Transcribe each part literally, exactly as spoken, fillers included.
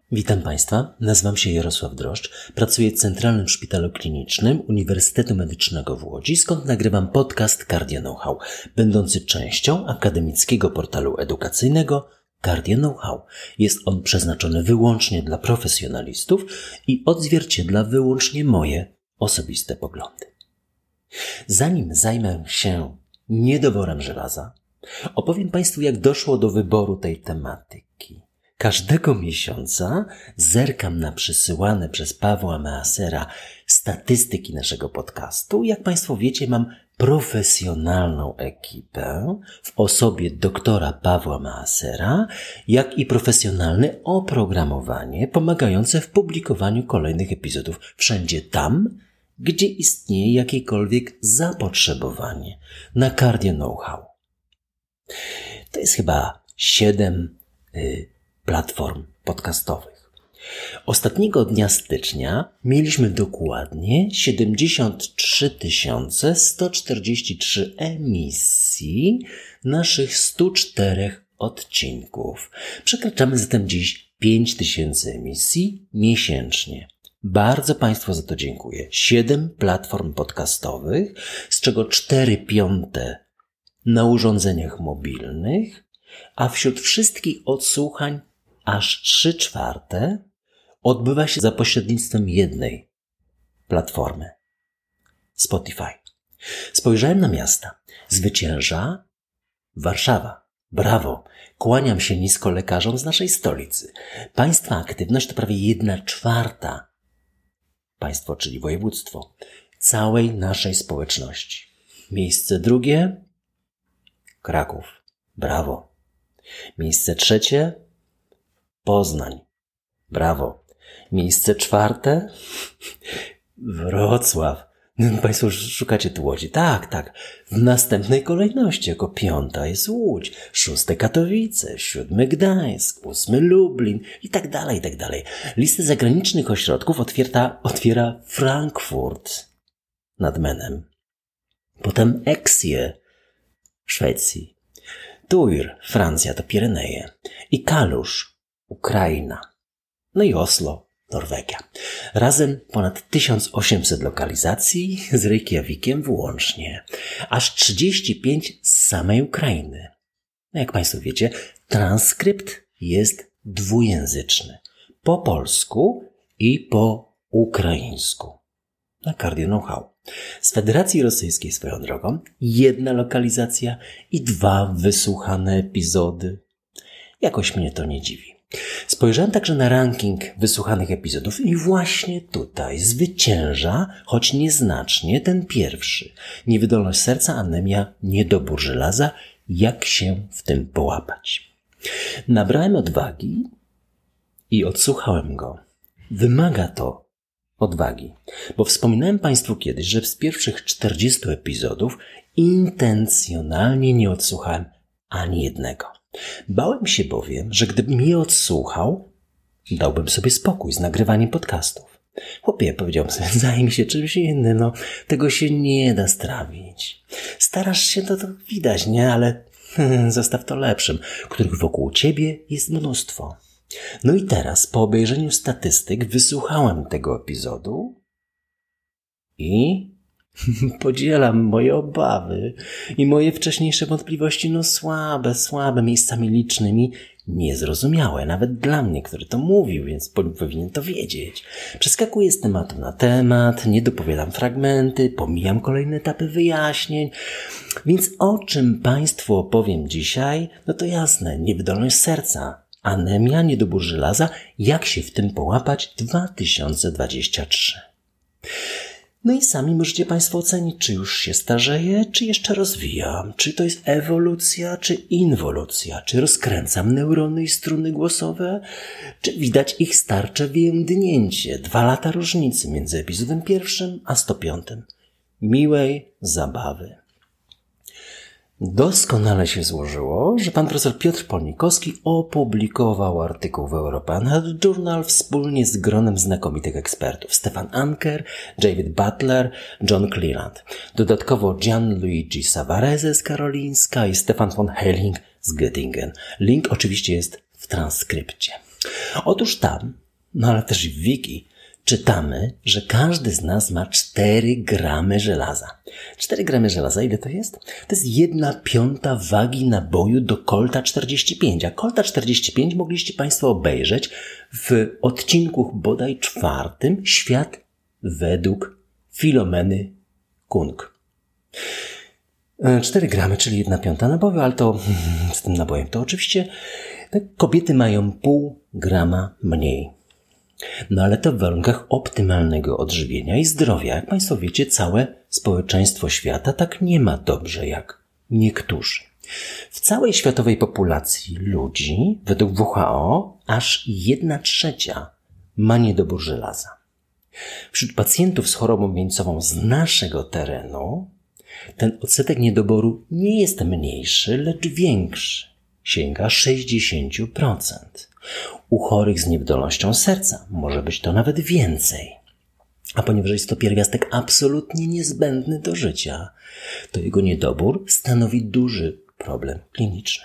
Witam Państwa, nazywam się Jarosław Droszcz, pracuję w Centralnym Szpitalu Klinicznym Uniwersytetu Medycznego w Łodzi, skąd nagrywam podcast Cardio Know-how, będący częścią akademickiego portalu edukacyjnego Cardio Know-how. Jest on przeznaczony wyłącznie dla profesjonalistów i odzwierciedla wyłącznie moje osobiste poglądy. Zanim zajmę się niedoborem żelaza, opowiem Państwu, jak doszło do wyboru tej tematyki. Każdego miesiąca zerkam na przysyłane przez Pawła Measera statystyki naszego podcastu. Jak Państwo wiecie, mam profesjonalną ekipę w osobie doktora Pawła Measera, jak i profesjonalne oprogramowanie pomagające w publikowaniu kolejnych epizodów wszędzie tam, gdzie istnieje jakiekolwiek zapotrzebowanie na Cardio Know-how. To jest chyba siedem y, platform podcastowych. Ostatniego dnia stycznia mieliśmy dokładnie siedemdziesiąt trzy tysiące sto czterdzieści trzy emisji naszych stu czterech odcinków. Przekraczamy zatem dziś pięć tysięcy emisji miesięcznie. Bardzo Państwu za to dziękuję. siedem platform podcastowych, z czego cztery piąte na urządzeniach mobilnych, a wśród wszystkich odsłuchań aż trzy czwarte odbywa się za pośrednictwem jednej platformy – Spotify. Spojrzałem na miasta. Zwycięża Warszawa. Brawo! Kłaniam się nisko lekarzom z naszej stolicy. Państwa aktywność to prawie jedna czwarta. Państwo, czyli województwo, całej naszej społeczności. Miejsce drugie – Kraków. Brawo! Miejsce trzecie – Poznań. Brawo. Miejsce czwarte? Wrocław. Państwo szukacie tu Łodzi. Tak, tak. W następnej kolejności jako piąta jest Łódź, szóste Katowice, siódmy Gdańsk, ósmy Lublin i tak dalej, i tak dalej. Listę zagranicznych ośrodków otwiera, otwiera Frankfurt nad Menem. Potem Eksie w Szwecji. Tuir, Francja, to Pireneje. I Kalusz, Ukraina. No i Oslo, Norwegia. Razem ponad tysiąc osiemset lokalizacji z Reykjavikiem włącznie. Aż trzydzieści pięć z samej Ukrainy. No jak Państwo wiecie, transkrypt jest dwujęzyczny. Po polsku i po ukraińsku. Na Cardio Know-how. Z Federacji Rosyjskiej swoją drogą jedna lokalizacja i dwa wysłuchane epizody. Jakoś mnie to nie dziwi. Spojrzałem także na ranking wysłuchanych epizodów i właśnie tutaj zwycięża, choć nieznacznie, ten pierwszy. Niewydolność serca, anemia, niedobór żelaza. Jak się w tym połapać? Nabrałem odwagi i odsłuchałem go. Wymaga to odwagi, bo wspominałem Państwu kiedyś, że z pierwszych czterdziestu epizodów intencjonalnie nie odsłuchałem ani jednego. Bałem się bowiem, że gdybym je odsłuchał, dałbym sobie spokój z nagrywaniem podcastów. Chłopie, powiedziałem sobie, zajmij się czymś innym, no tego się nie da strawić. Starasz się, to, to widać, nie? Ale zostaw to lepszym, których wokół ciebie jest mnóstwo. No i teraz, po obejrzeniu statystyk, wysłuchałem tego epizodu i podzielam moje obawy i moje wcześniejsze wątpliwości, no słabe, słabe, miejscami licznymi, niezrozumiałe, nawet dla mnie, który to mówił, więc powinien to wiedzieć. Przeskakuję z tematu na temat, nie dopowiadam fragmenty, pomijam kolejne etapy wyjaśnień, więc o czym Państwu opowiem dzisiaj, no to jasne, niewydolność serca, anemia, niedobór żelaza, jak się w tym połapać dwa tysiące dwudziesty trzeci. No i sami możecie Państwo ocenić, czy już się starzeję, czy jeszcze rozwijam, czy to jest ewolucja, czy inwolucja, czy rozkręcam neurony i struny głosowe, czy widać ich starcze więdnięcie, dwa lata różnicy między epizodem pierwszym a sto piątym. Miłej zabawy. Doskonale się złożyło, że pan profesor Piotr Polnikowski opublikował artykuł w European Health Journal wspólnie z gronem znakomitych ekspertów. Stefan Anker, David Butler, John Cleland. Dodatkowo Gianluigi Savarese z Karolinska i Stefan von Helling z Göttingen. Link oczywiście jest w transkrypcie. Otóż tam, no ale też i w Wiki, czytamy, że każdy z nas ma cztery gramy żelaza. cztery gramy żelaza, ile to jest? To jest jedna piąta wagi naboju do Colta czterdzieści pięć, a Colta czterdzieści pięć mogliście Państwo obejrzeć w odcinku bodaj czwartym Świat według Filomeny Kung. cztery gramy, czyli jedna piąta naboju, ale to z tym nabojem to oczywiście tak, kobiety mają pół grama mniej. No ale to w warunkach optymalnego odżywienia i zdrowia. Jak Państwo wiecie, całe społeczeństwo świata tak nie ma dobrze jak niektórzy. W całej światowej populacji ludzi, według W H O, aż jedna trzecia ma niedobór żelaza. Wśród pacjentów z chorobą wieńcową z naszego terenu ten odsetek niedoboru nie jest mniejszy, lecz większy. Sięga sześćdziesiąt procent. U chorych z niewydolnością serca może być to nawet więcej. A ponieważ jest to pierwiastek absolutnie niezbędny do życia, to jego niedobór stanowi duży problem kliniczny.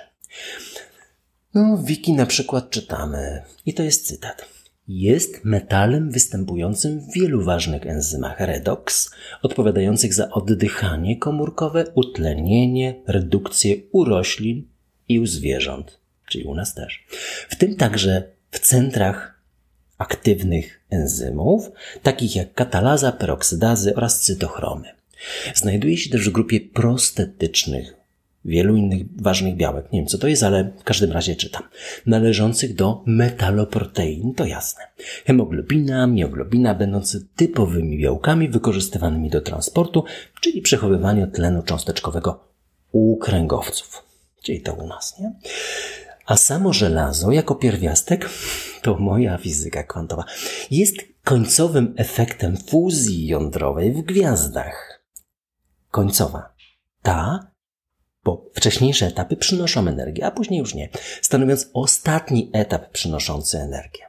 No, w Wiki na przykład czytamy, i to jest cytat. Jest metalem występującym w wielu ważnych enzymach redox, odpowiadających za oddychanie komórkowe, utlenienie, redukcję u roślin i u zwierząt, czyli u nas też. W tym także w centrach aktywnych enzymów, takich jak katalaza, peroksydazy oraz cytochromy. Znajduje się też w grupie prostetycznych, wielu innych ważnych białek. Nie wiem, co to jest, ale w każdym razie czytam. Należących do metaloprotein, to jasne. Hemoglobina, mioglobina, będące typowymi białkami wykorzystywanymi do transportu, czyli przechowywania tlenu cząsteczkowego u kręgowców. Czyli to u nas, nie? A samo żelazo jako pierwiastek, to moja fizyka kwantowa, jest końcowym efektem fuzji jądrowej w gwiazdach. Końcowa. Ta, bo wcześniejsze etapy przynoszą energię, a później już nie, stanowiąc ostatni etap przynoszący energię.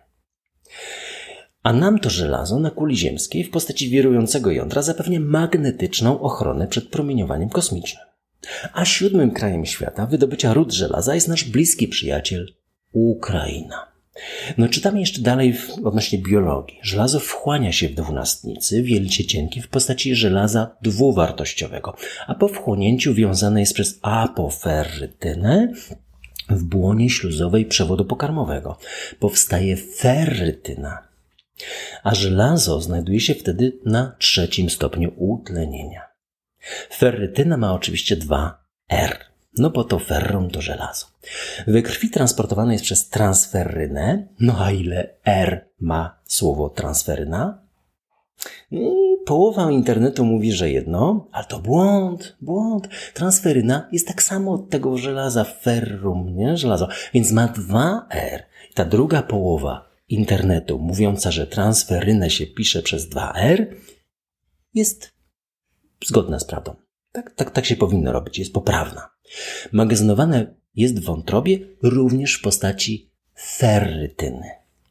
A nam to żelazo na kuli ziemskiej w postaci wirującego jądra zapewnia magnetyczną ochronę przed promieniowaniem kosmicznym. A siódmym krajem świata wydobycia ród żelaza jest nasz bliski przyjaciel Ukraina. No czytamy jeszcze dalej w, odnośnie biologii. Żelazo wchłania się w dwunastnicy, w jelicie cienkim w postaci żelaza dwuwartościowego, a po wchłonięciu wiązane jest przez apoferrytynę w błonie śluzowej przewodu pokarmowego. Powstaje ferrytyna, a żelazo znajduje się wtedy na trzecim stopniu utlenienia. Ferrytyna ma oczywiście dwa R, no bo to ferrum to żelazo. We krwi transportowane jest przez transferrynę, no a ile R ma słowo transferyna? I połowa internetu mówi, że jedno, ale to błąd, błąd. Transferyna jest tak samo od tego żelaza, ferrum, nie? Żelazo, więc ma dwa R. Ta druga połowa internetu mówiąca, że transferynę się pisze przez dwa R, jest zgodna z prawdą. Tak, tak, tak się powinno robić, jest poprawna. Magazynowane jest w wątrobie również w postaci ferrytyny.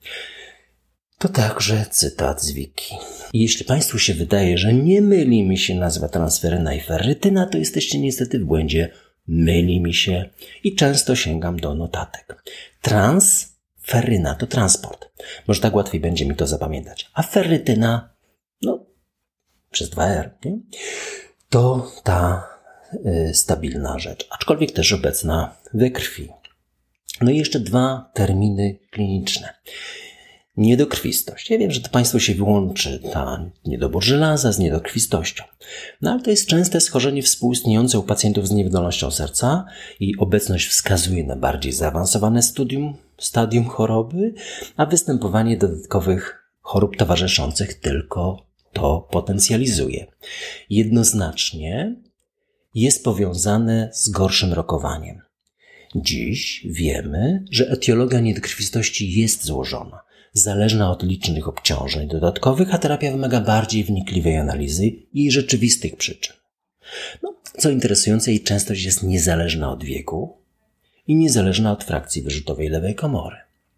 To także cytat z Wiki. I jeśli Państwu się wydaje, że nie myli mi się nazwa transferyna i ferrytyna, to jesteście niestety w błędzie. Myli mi się i często sięgam do notatek. Transferyna to transport. Może tak łatwiej będzie mi to zapamiętać. A ferrytyna, no, przez dwa R, nie? To ta y, stabilna rzecz, aczkolwiek też obecna we krwi. No i jeszcze dwa terminy kliniczne. Niedokrwistość. Ja wiem, że to Państwu się wyłączy ta niedobór żelaza z niedokrwistością. No ale to jest częste schorzenie współistniejące u pacjentów z niewydolnością serca i obecność wskazuje na bardziej zaawansowane studium, stadium choroby, a występowanie dodatkowych chorób towarzyszących tylko to potencjalizuje. Jednoznacznie jest powiązane z gorszym rokowaniem. Dziś wiemy, że etiologia niedokrwistości jest złożona, zależna od licznych obciążeń dodatkowych, a terapia wymaga bardziej wnikliwej analizy jej rzeczywistych przyczyn. No, co interesujące, jej częstość jest niezależna od wieku i niezależna od frakcji wyrzutowej lewej komory.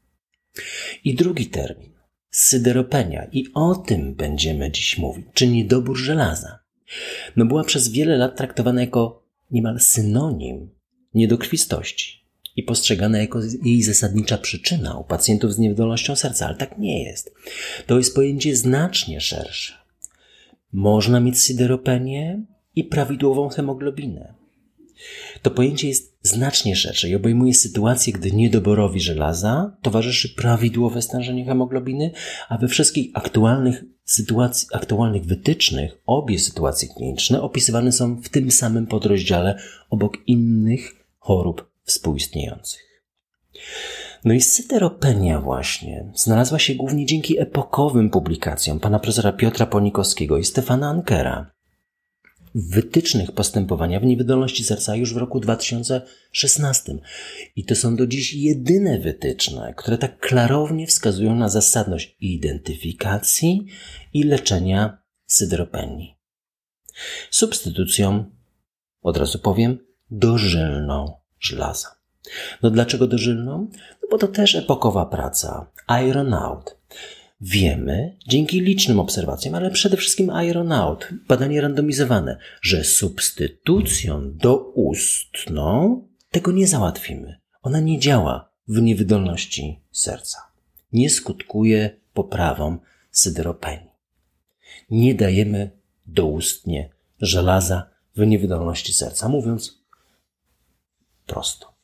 I drugi termin. Syderopenia. I o tym będziemy dziś mówić. Czy niedobór żelaza? No była przez wiele lat traktowana jako niemal synonim niedokrwistości. i postrzegana jako jej zasadnicza przyczyna u pacjentów z niewydolnością serca, ale tak nie jest. To jest pojęcie znacznie szersze. Można mieć sideropenię i prawidłową hemoglobinę. To pojęcie jest znacznie szersze i obejmuje sytuację, gdy niedoborowi żelaza towarzyszy prawidłowe stężenie hemoglobiny, a we wszystkich aktualnych sytuacji, aktualnych wytycznych obie sytuacje kliniczne opisywane są w tym samym podrozdziale obok innych chorób współistniejących. No i sideropenia właśnie znalazła się głównie dzięki epokowym publikacjom pana profesora Piotra Ponikowskiego i Stefana Ankera w wytycznych postępowania w niewydolności serca już w roku dwa tysiące szesnastym. I to są do dziś jedyne wytyczne, które tak klarownie wskazują na zasadność identyfikacji i leczenia sideropenii. Substytucją, od razu powiem, dożylną żelaza. No dlaczego dożylną? No bo to też epokowa praca. Ironaut. Wiemy, dzięki licznym obserwacjom, ale przede wszystkim Ironaut, badanie randomizowane, że substytucją doustną tego nie załatwimy. Ona nie działa w niewydolności serca. Nie skutkuje poprawą sideropenii. Nie dajemy doustnie żelaza w niewydolności serca, mówiąc prosto.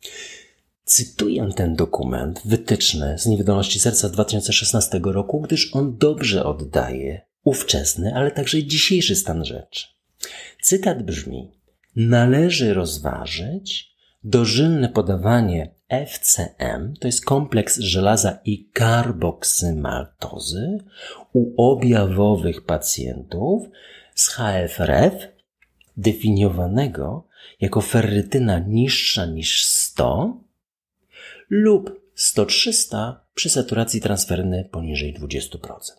Cytuję ten dokument wytyczny z niewydolności serca z dwa tysiące szesnastego roku, gdyż on dobrze oddaje ówczesny, ale także dzisiejszy stan rzeczy. Cytat brzmi: należy rozważyć dożylne podawanie F C M, to jest kompleks żelaza i karboksymaltozy u objawowych pacjentów z H F R F definiowanego jako ferrytyna niższa niż sto lub sto trzysta przy saturacji transferyny poniżej dwadzieścia procent.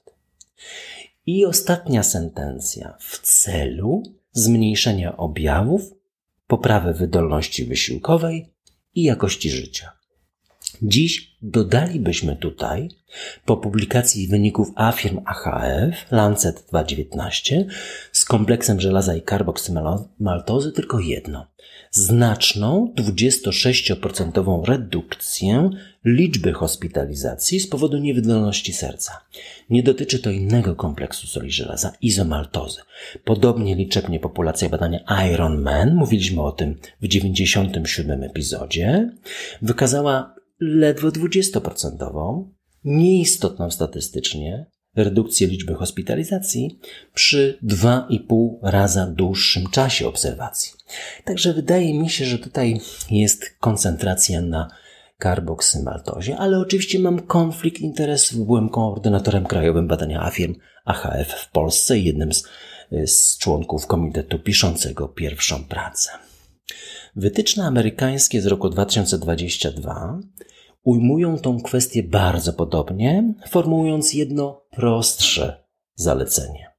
I ostatnia sentencja: w celu zmniejszenia objawów, poprawy wydolności wysiłkowej i jakości życia. Dziś dodalibyśmy tutaj, po publikacji wyników AFIRM A H F, Lancet dwa tysiące dziewiętnaście, z kompleksem żelaza i karboksymaltozy tylko jedno. Znaczną dwudziestosześcioprocentową redukcję liczby hospitalizacji z powodu niewydolności serca. Nie dotyczy to innego kompleksu soli żelaza, izomaltozy. Podobnie liczebnie populacja badania Ironman, mówiliśmy o tym w dziewięćdziesiątym siódmym epizodzie, wykazała ledwo dwudziestoprocentową, nieistotną statystycznie, redukcję liczby hospitalizacji przy dwa i pół raza dłuższym czasie obserwacji. Także wydaje mi się, że tutaj jest koncentracja na karboksymaltozie, ale oczywiście mam konflikt interesów. Byłem koordynatorem krajowym badania AFIRM A H F w Polsce i jednym z, z członków komitetu piszącego pierwszą pracę. Wytyczne amerykańskie z roku dwa tysiące dwudziestego drugiego ujmują tą kwestię bardzo podobnie, formułując jedno prostsze zalecenie.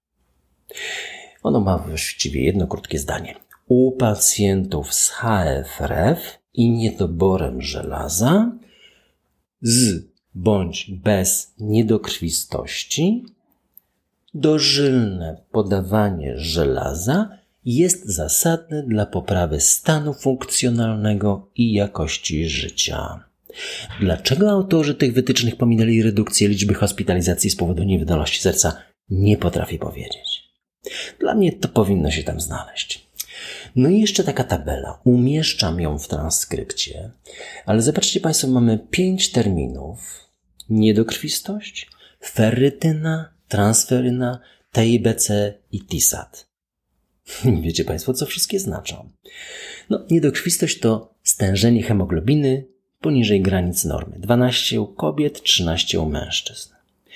Ono ma właściwie jedno krótkie zdanie. U pacjentów z H F R F i niedoborem żelaza z bądź bez niedokrwistości dożylne podawanie żelaza jest zasadne dla poprawy stanu funkcjonalnego i jakości życia. Dlaczego autorzy tych wytycznych pominęli redukcję liczby hospitalizacji z powodu niewydolności serca, nie potrafię powiedzieć. Dla mnie to powinno się tam znaleźć. No i jeszcze taka tabela. Umieszczam ją w transkrypcie, ale zobaczcie Państwo, mamy pięć terminów. Niedokrwistość, ferrytyna, transferyna, T I B C i T I S A T. Wiecie Państwo, co wszystkie znaczą? No, niedokrwistość to stężenie hemoglobiny poniżej granic normy. dwanaście u kobiet, trzynaście u mężczyzn.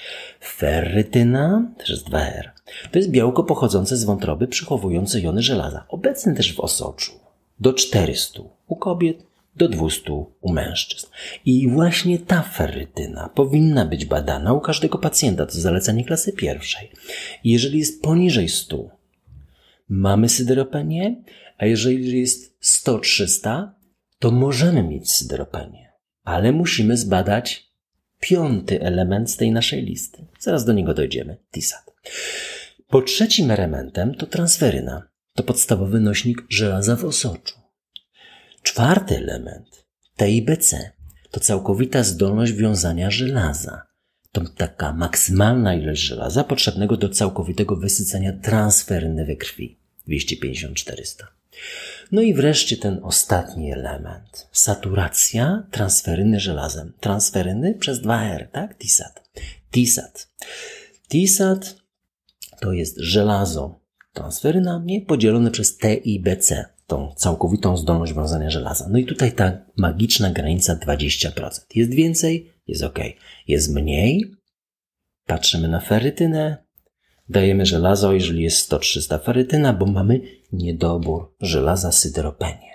Ferrytyna, też jest dwa R, to jest białko pochodzące z wątroby przechowujące jony żelaza, obecne też w osoczu. Do czterystu u kobiet, do dwustu u mężczyzn. I właśnie ta ferrytyna powinna być badana u każdego pacjenta, to zalecenie klasy pierwszej. Jeżeli jest poniżej stu, mamy sideropenię, a jeżeli jest sto trzysta, to możemy mieć sideropenię, ale musimy zbadać piąty element z tej naszej listy. Zaraz do niego dojdziemy, T I S A T. Po trzecim elementem to transferyna. To podstawowy nośnik żelaza w osoczu. Czwarty element, T I B C to całkowita zdolność wiązania żelaza. To taka maksymalna ilość żelaza potrzebnego do całkowitego wysycenia transferyny we krwi. dwieście pięćdziesiąt do czterystu. No i wreszcie ten ostatni element. Saturacja transferyny żelazem. Transferyny przez dwa R, tak? T I S A T. T I S A T. T I S A T to jest żelazo transferyna, nie? Podzielone przez T I B C. Tą całkowitą zdolność wiązania żelaza. No i tutaj ta magiczna granica dwadzieścia procent. Jest więcej? Jest ok. Jest mniej? Patrzymy na ferytynę. Dajemy żelazo, jeżeli jest sto trzysta ferytyna, bo mamy niedobór żelaza syderopenie.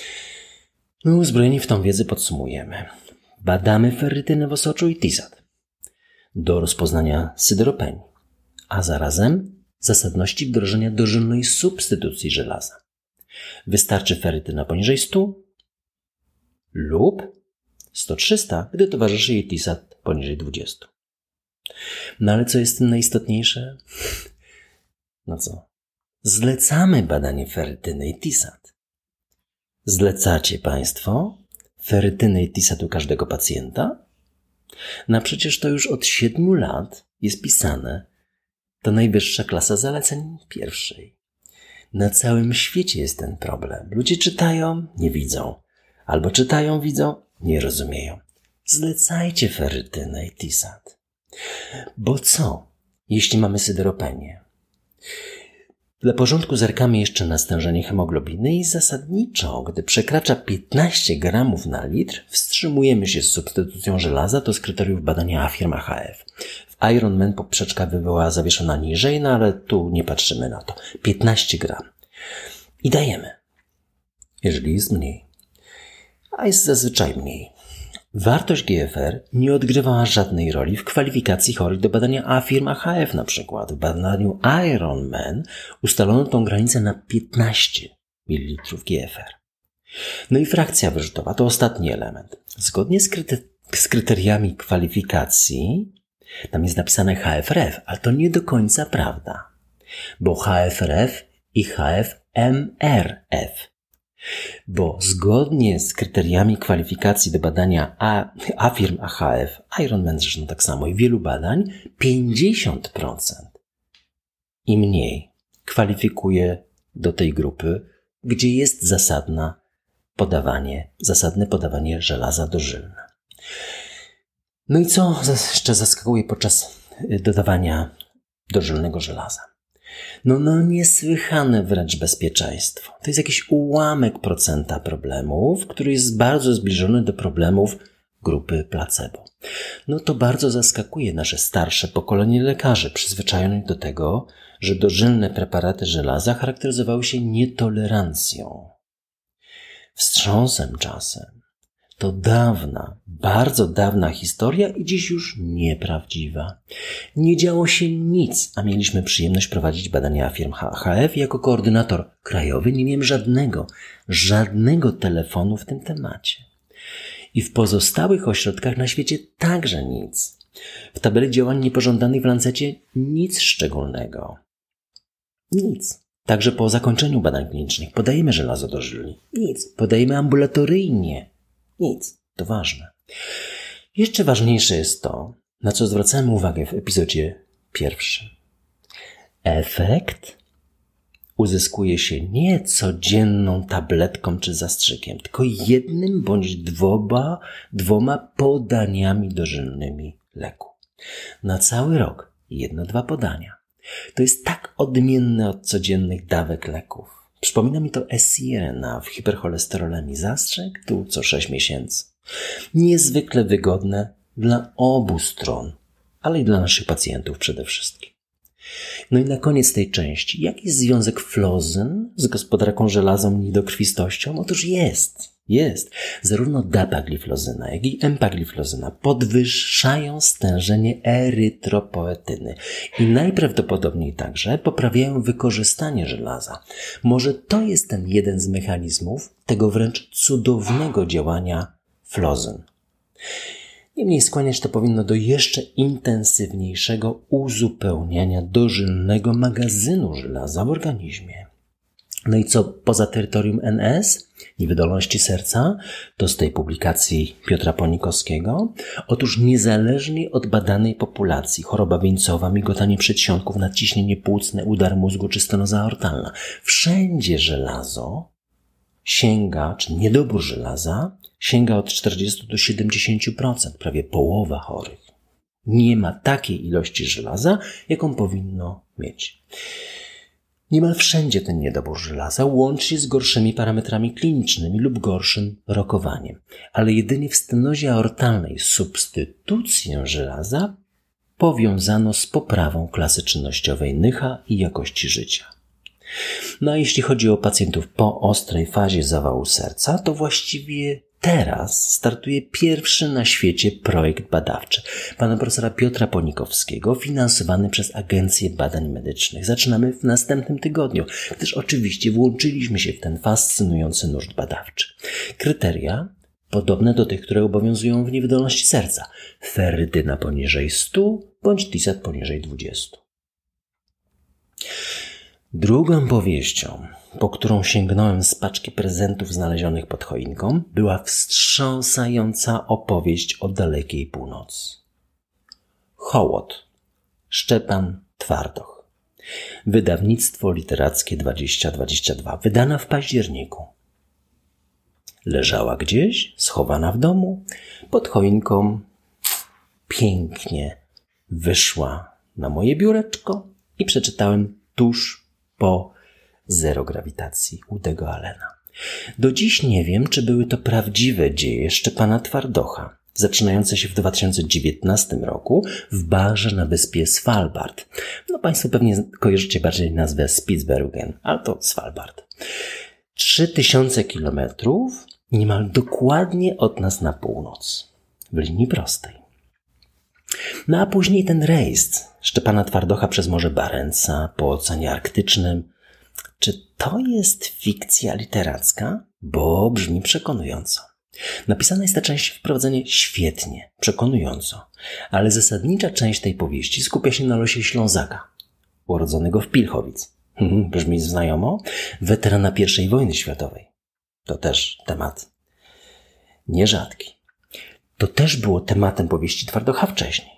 No uzbrojeni w tą wiedzę podsumujemy. Badamy ferytynę w osoczu i T I S A T do rozpoznania syderopenii, a zarazem zasadności wdrożenia dożylnej substytucji żelaza. Wystarczy ferytyna poniżej stu lub sto trzysta, gdy towarzyszy jej T I S A T poniżej dwudziestu. No ale co jest tym najistotniejsze? No co? Zlecamy badanie ferytyny i T I S A T. Zlecacie Państwo ferytyny i T I S A T u każdego pacjenta? No przecież to już od siedmiu lat jest pisane. To najwyższa klasa zaleceń pierwszej. Na całym świecie jest ten problem. Ludzie czytają, nie widzą. Albo czytają, widzą, nie rozumieją. Zlecajcie ferytynę i T I S A T. Bo co, jeśli mamy syderopenię? Dla porządku zerkamy jeszcze na stężenie hemoglobiny i zasadniczo, gdy przekracza piętnaście gramów na litr, wstrzymujemy się z substytucją żelaza, to z kryteriów badania A-firma H F. W Ironman poprzeczka była zawieszona niżej, no ale tu nie patrzymy na to. piętnaście gram. I dajemy, jeżeli jest mniej. A jest zazwyczaj mniej. Wartość G F R nie odgrywała żadnej roli w kwalifikacji chorych do badania A-firma H F na przykład. W badaniu Ironman ustalono tą granicę na piętnaście mililitrów G F R. No i frakcja wyrzutowa to ostatni element. Zgodnie z, kryty- z kryteriami kwalifikacji tam jest napisane H F R F, ale to nie do końca prawda. Bo H F R F i H F M R F. Bo zgodnie z kryteriami kwalifikacji do badania A, A-firm A H F, Ironman zresztą tak samo i wielu badań, pięćdziesiąt procent i mniej kwalifikuje do tej grupy, gdzie jest zasadna podawanie, zasadne podawanie żelaza dożylne. No i co jeszcze zaskakuje podczas dodawania dożylnego żelaza? No, no niesłychane wręcz bezpieczeństwo. To jest jakiś ułamek procenta problemów, który jest bardzo zbliżony do problemów grupy placebo. No to bardzo zaskakuje nasze starsze pokolenie lekarzy, przyzwyczajonych do tego, że dożylne preparaty żelaza charakteryzowały się nietolerancją. Wstrząsem czasem. To dawna, bardzo dawna historia i dziś już nieprawdziwa. Nie działo się nic, a mieliśmy przyjemność prowadzić badania firm H F. Jako koordynator krajowy nie miałem żadnego, żadnego telefonu w tym temacie. I w pozostałych ośrodkach na świecie także nic. W tabeli działań niepożądanych w Lancecie nic szczególnego. Nic. Także po zakończeniu badań klinicznych podajemy żelazo dożylnie. Nic. Podajemy ambulatoryjnie. Nic. To ważne. Jeszcze ważniejsze jest to, na co zwracałem uwagę w epizodzie pierwszym. Efekt uzyskuje się nie codzienną tabletką czy zastrzykiem, tylko jednym bądź dwoma, dwoma podaniami dożylnymi leku. Na cały rok jedno, dwa podania. To jest tak odmienne od codziennych dawek leków. Przypomina mi to Esirena w hipercholesterolemii. Zastrzyk tu co sześć miesięcy. Niezwykle wygodne dla obu stron, ale i dla naszych pacjentów przede wszystkim. No i na koniec tej części. Jaki jest związek flozyn z gospodarką żelazą i niedokrwistością? Otóż jest. Jest. Zarówno dapagliflozyna, jak i empagliflozyna podwyższają stężenie erytropoetyny i najprawdopodobniej także poprawiają wykorzystanie żelaza. Może to jest ten jeden z mechanizmów tego wręcz cudownego działania flozyn. Niemniej skłaniać to powinno do jeszcze intensywniejszego uzupełniania dożylnego magazynu żelaza w organizmie. No i co poza terytorium N S, niewydolności serca, to z tej publikacji Piotra Ponikowskiego. Otóż niezależnie od badanej populacji, choroba wieńcowa, migotanie przedsionków, nadciśnienie płucne, udar mózgu czy stenoza aortalna, wszędzie żelazo sięga, czy niedobór żelaza sięga od czterdziestu do siedemdziesięciu procent, prawie połowa chorych nie ma takiej ilości żelaza, jaką powinno mieć. Niemal wszędzie ten niedobór żelaza łączy z gorszymi parametrami klinicznymi lub gorszym rokowaniem, ale jedynie w stenozie aortalnej substytucję żelaza powiązano z poprawą klasy czynnościowej Nycha i jakości życia. No a jeśli chodzi o pacjentów po ostrej fazie zawału serca, to właściwie teraz startuje pierwszy na świecie projekt badawczy pana profesora Piotra Ponikowskiego, finansowany przez Agencję Badań Medycznych. Zaczynamy w następnym tygodniu, gdyż oczywiście włączyliśmy się w ten fascynujący nurt badawczy. Kryteria podobne do tych, które obowiązują w niewydolności serca. Ferrytyna poniżej stu bądź T I S A T poniżej dwudziestu. Drugą powieścią, po którą sięgnąłem z paczki prezentów znalezionych pod choinką, była wstrząsająca opowieść o dalekiej północy. Hołot. Szczepan Twardoch. Wydawnictwo literackie dwadzieścia dwadzieścia dwa. Wydana w październiku. Leżała gdzieś, schowana w domu, pod choinką. Pięknie wyszła na moje biureczko i przeczytałem tuż po Zero grawitacji Woodego Allena. Do dziś nie wiem, czy były to prawdziwe dzieje Szczepana Twardocha, zaczynające się w dwa tysiące dziewiętnastym roku w barze na wyspie Svalbard. No Państwo pewnie kojarzycie bardziej nazwę Spitsbergen, ale to Svalbard. Trzy tysiące kilometrów niemal dokładnie od nas na północ, w linii prostej. No a później ten rejs Szczepana Twardocha przez Morze Barentsa po Oceanie Arktycznym. Czy to jest fikcja literacka? Bo brzmi przekonująco. Napisana jest ta część wprowadzenie świetnie, przekonująco, ale zasadnicza część tej powieści skupia się na losie Ślązaka, urodzonego w Pilchowic. Hmm, brzmi znajomo? Weterana pierwszej wojny światowej. To też temat nierzadki. To też było tematem powieści Twardocha wcześniej.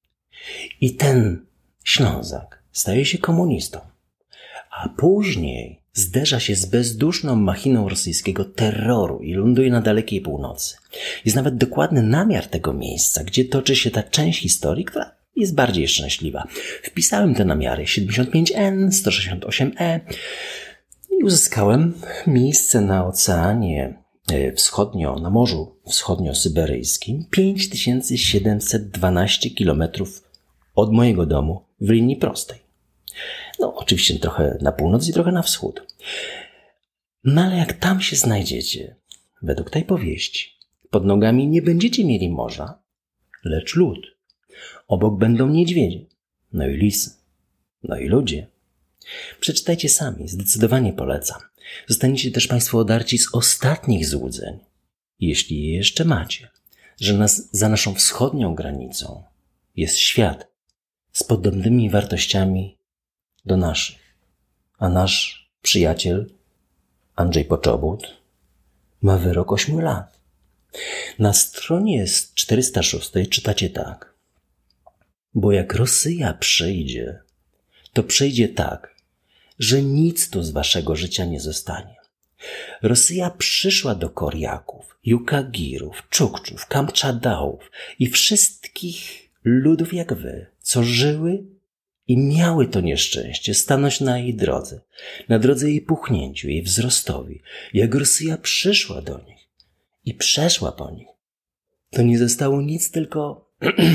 I ten Ślązak staje się komunistą, a później zderza się z bezduszną machiną rosyjskiego terroru i ląduje na dalekiej północy. Jest nawet dokładny namiar tego miejsca, gdzie toczy się ta część historii, która jest bardziej szczęśliwa. Wpisałem te namiary siedemdziesiąt pięć N, sto sześćdziesiąt osiem E i uzyskałem miejsce na oceanie wschodnio, na Morzu Wschodnio-Syberyjskim, pięć tysięcy siedemset dwanaście kilometrów od mojego domu w linii prostej. No, oczywiście trochę na północ i trochę na wschód. No ale jak tam się znajdziecie, według tej powieści, pod nogami nie będziecie mieli morza, lecz lód. Obok będą niedźwiedzie, no i lisy, no i ludzie. Przeczytajcie sami, zdecydowanie polecam. Zostaniecie też Państwo odarci z ostatnich złudzeń, jeśli je jeszcze macie, że nas, za naszą wschodnią granicą jest świat z podobnymi wartościami do naszych. A nasz przyjaciel Andrzej Poczobut ma wyrok ośmiu lat. Na stronie czterysta sześć czytacie tak. Bo jak Rosja przyjdzie, to przyjdzie tak, że nic tu z waszego życia nie zostanie. Rosja przyszła do Korjaków, Jukagirów, Czukczów, Kamczadałów i wszystkich ludów jak wy, co żyły i miały to nieszczęście stanąć na jej drodze, na drodze jej puchnięciu, jej wzrostowi. Jak Rosja przyszła do nich i przeszła po nich, to nie zostało nic, tylko...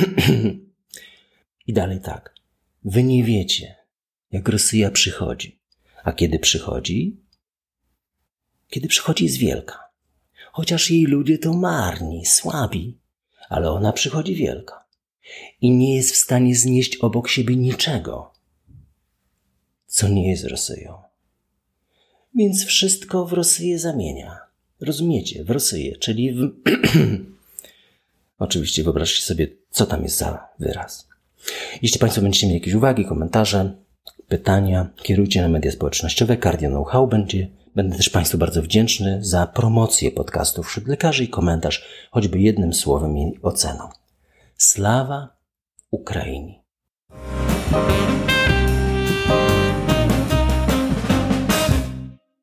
I dalej tak. Wy nie wiecie, jak Rosja przychodzi. A kiedy przychodzi? Kiedy przychodzi jest wielka. Chociaż jej ludzie to marni, słabi, ale ona przychodzi wielka. I nie jest w stanie znieść obok siebie niczego, co nie jest Rosją. Więc wszystko w Rosję zamienia. Rozumiecie? W Rosję, czyli w... Oczywiście wyobraźcie sobie, co tam jest za wyraz. Jeśli Państwo będziecie mieli jakieś uwagi, komentarze, pytania, kierujcie na media społecznościowe. Cardio Know-how będzie. Będę też Państwu bardzo wdzięczny za promocję podcastów wśród lekarzy i komentarz, choćby jednym słowem i oceną. Sława Ukrainie!